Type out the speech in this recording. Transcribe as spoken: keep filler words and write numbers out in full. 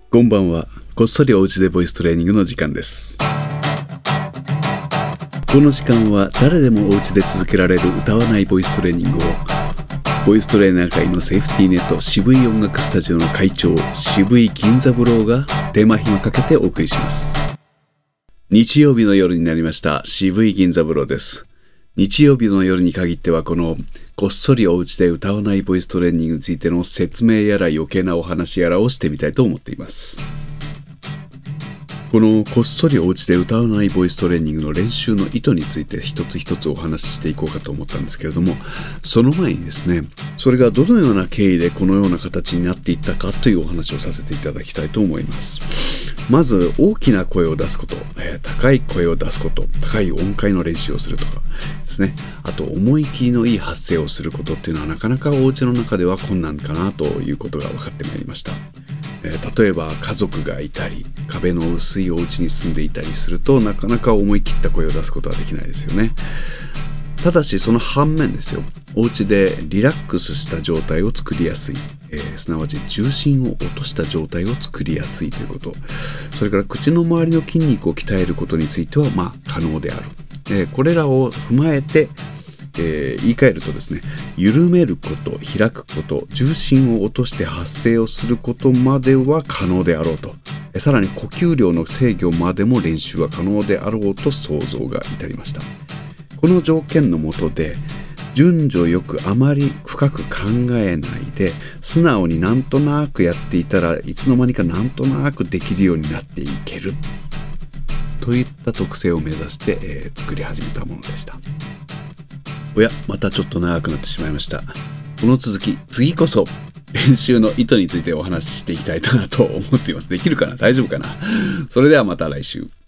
こんばんは。こっそりおうちでボイストレーニングの時間です。この時間は誰でもおうちで続けられる歌わないボイストレーニングをボイストレーナー界のセーフティーネット渋い音楽スタジオの会長渋い銀座ブローが手間暇かけてお送りします。日曜日の夜になりました。渋い銀座ブローです。日曜日の夜に限ってはこのこっそりおうちで歌わないボイストレーニングについての説明やら余計なお話やらをしてみたいと思っています。このこっそりおうちで歌わないボイストレーニングの練習の意図について一つ一つお話ししていこうかと思ったんですけれども、その前にですね、それがどのような経緯でこのような形になっていったかというお話をさせていただきたいと思います。まず大きな声を出すこと、えー、高い声を出すこと、高い音階の練習をするとかですね、あと思い切りのいい発声をすることっていうのはなかなかお家の中では困難かなということが分かってまいりました。えー、例えば家族がいたり壁の薄いお家に住んでいたりするとなかなか思い切った声を出すことはできないですよね。ただしその反面ですよ、お家でリラックスした状態を作りやすい、えー、すなわち重心を落とした状態を作りやすいということ、それから口の周りの筋肉を鍛えることについてはまあ可能である、えー、これらを踏まえて、えー、言い換えるとですね、緩めること、開くこと、重心を落として発声をすることまでは可能であろうと、えー、さらに呼吸量の制御までも練習は可能であろうと想像が至りました。この条件の下で順序よくあまり深く考えないで素直になんとなくやっていたらいつの間にかなんとなくできるようになっていけるといった特性を目指して、えー、作り始めたものでした。おや、またちょっと長くなってしまいました。この続き、次こそ練習の意図についてお話ししていきたいなと思っています。できるかな？大丈夫かな？それではまた来週。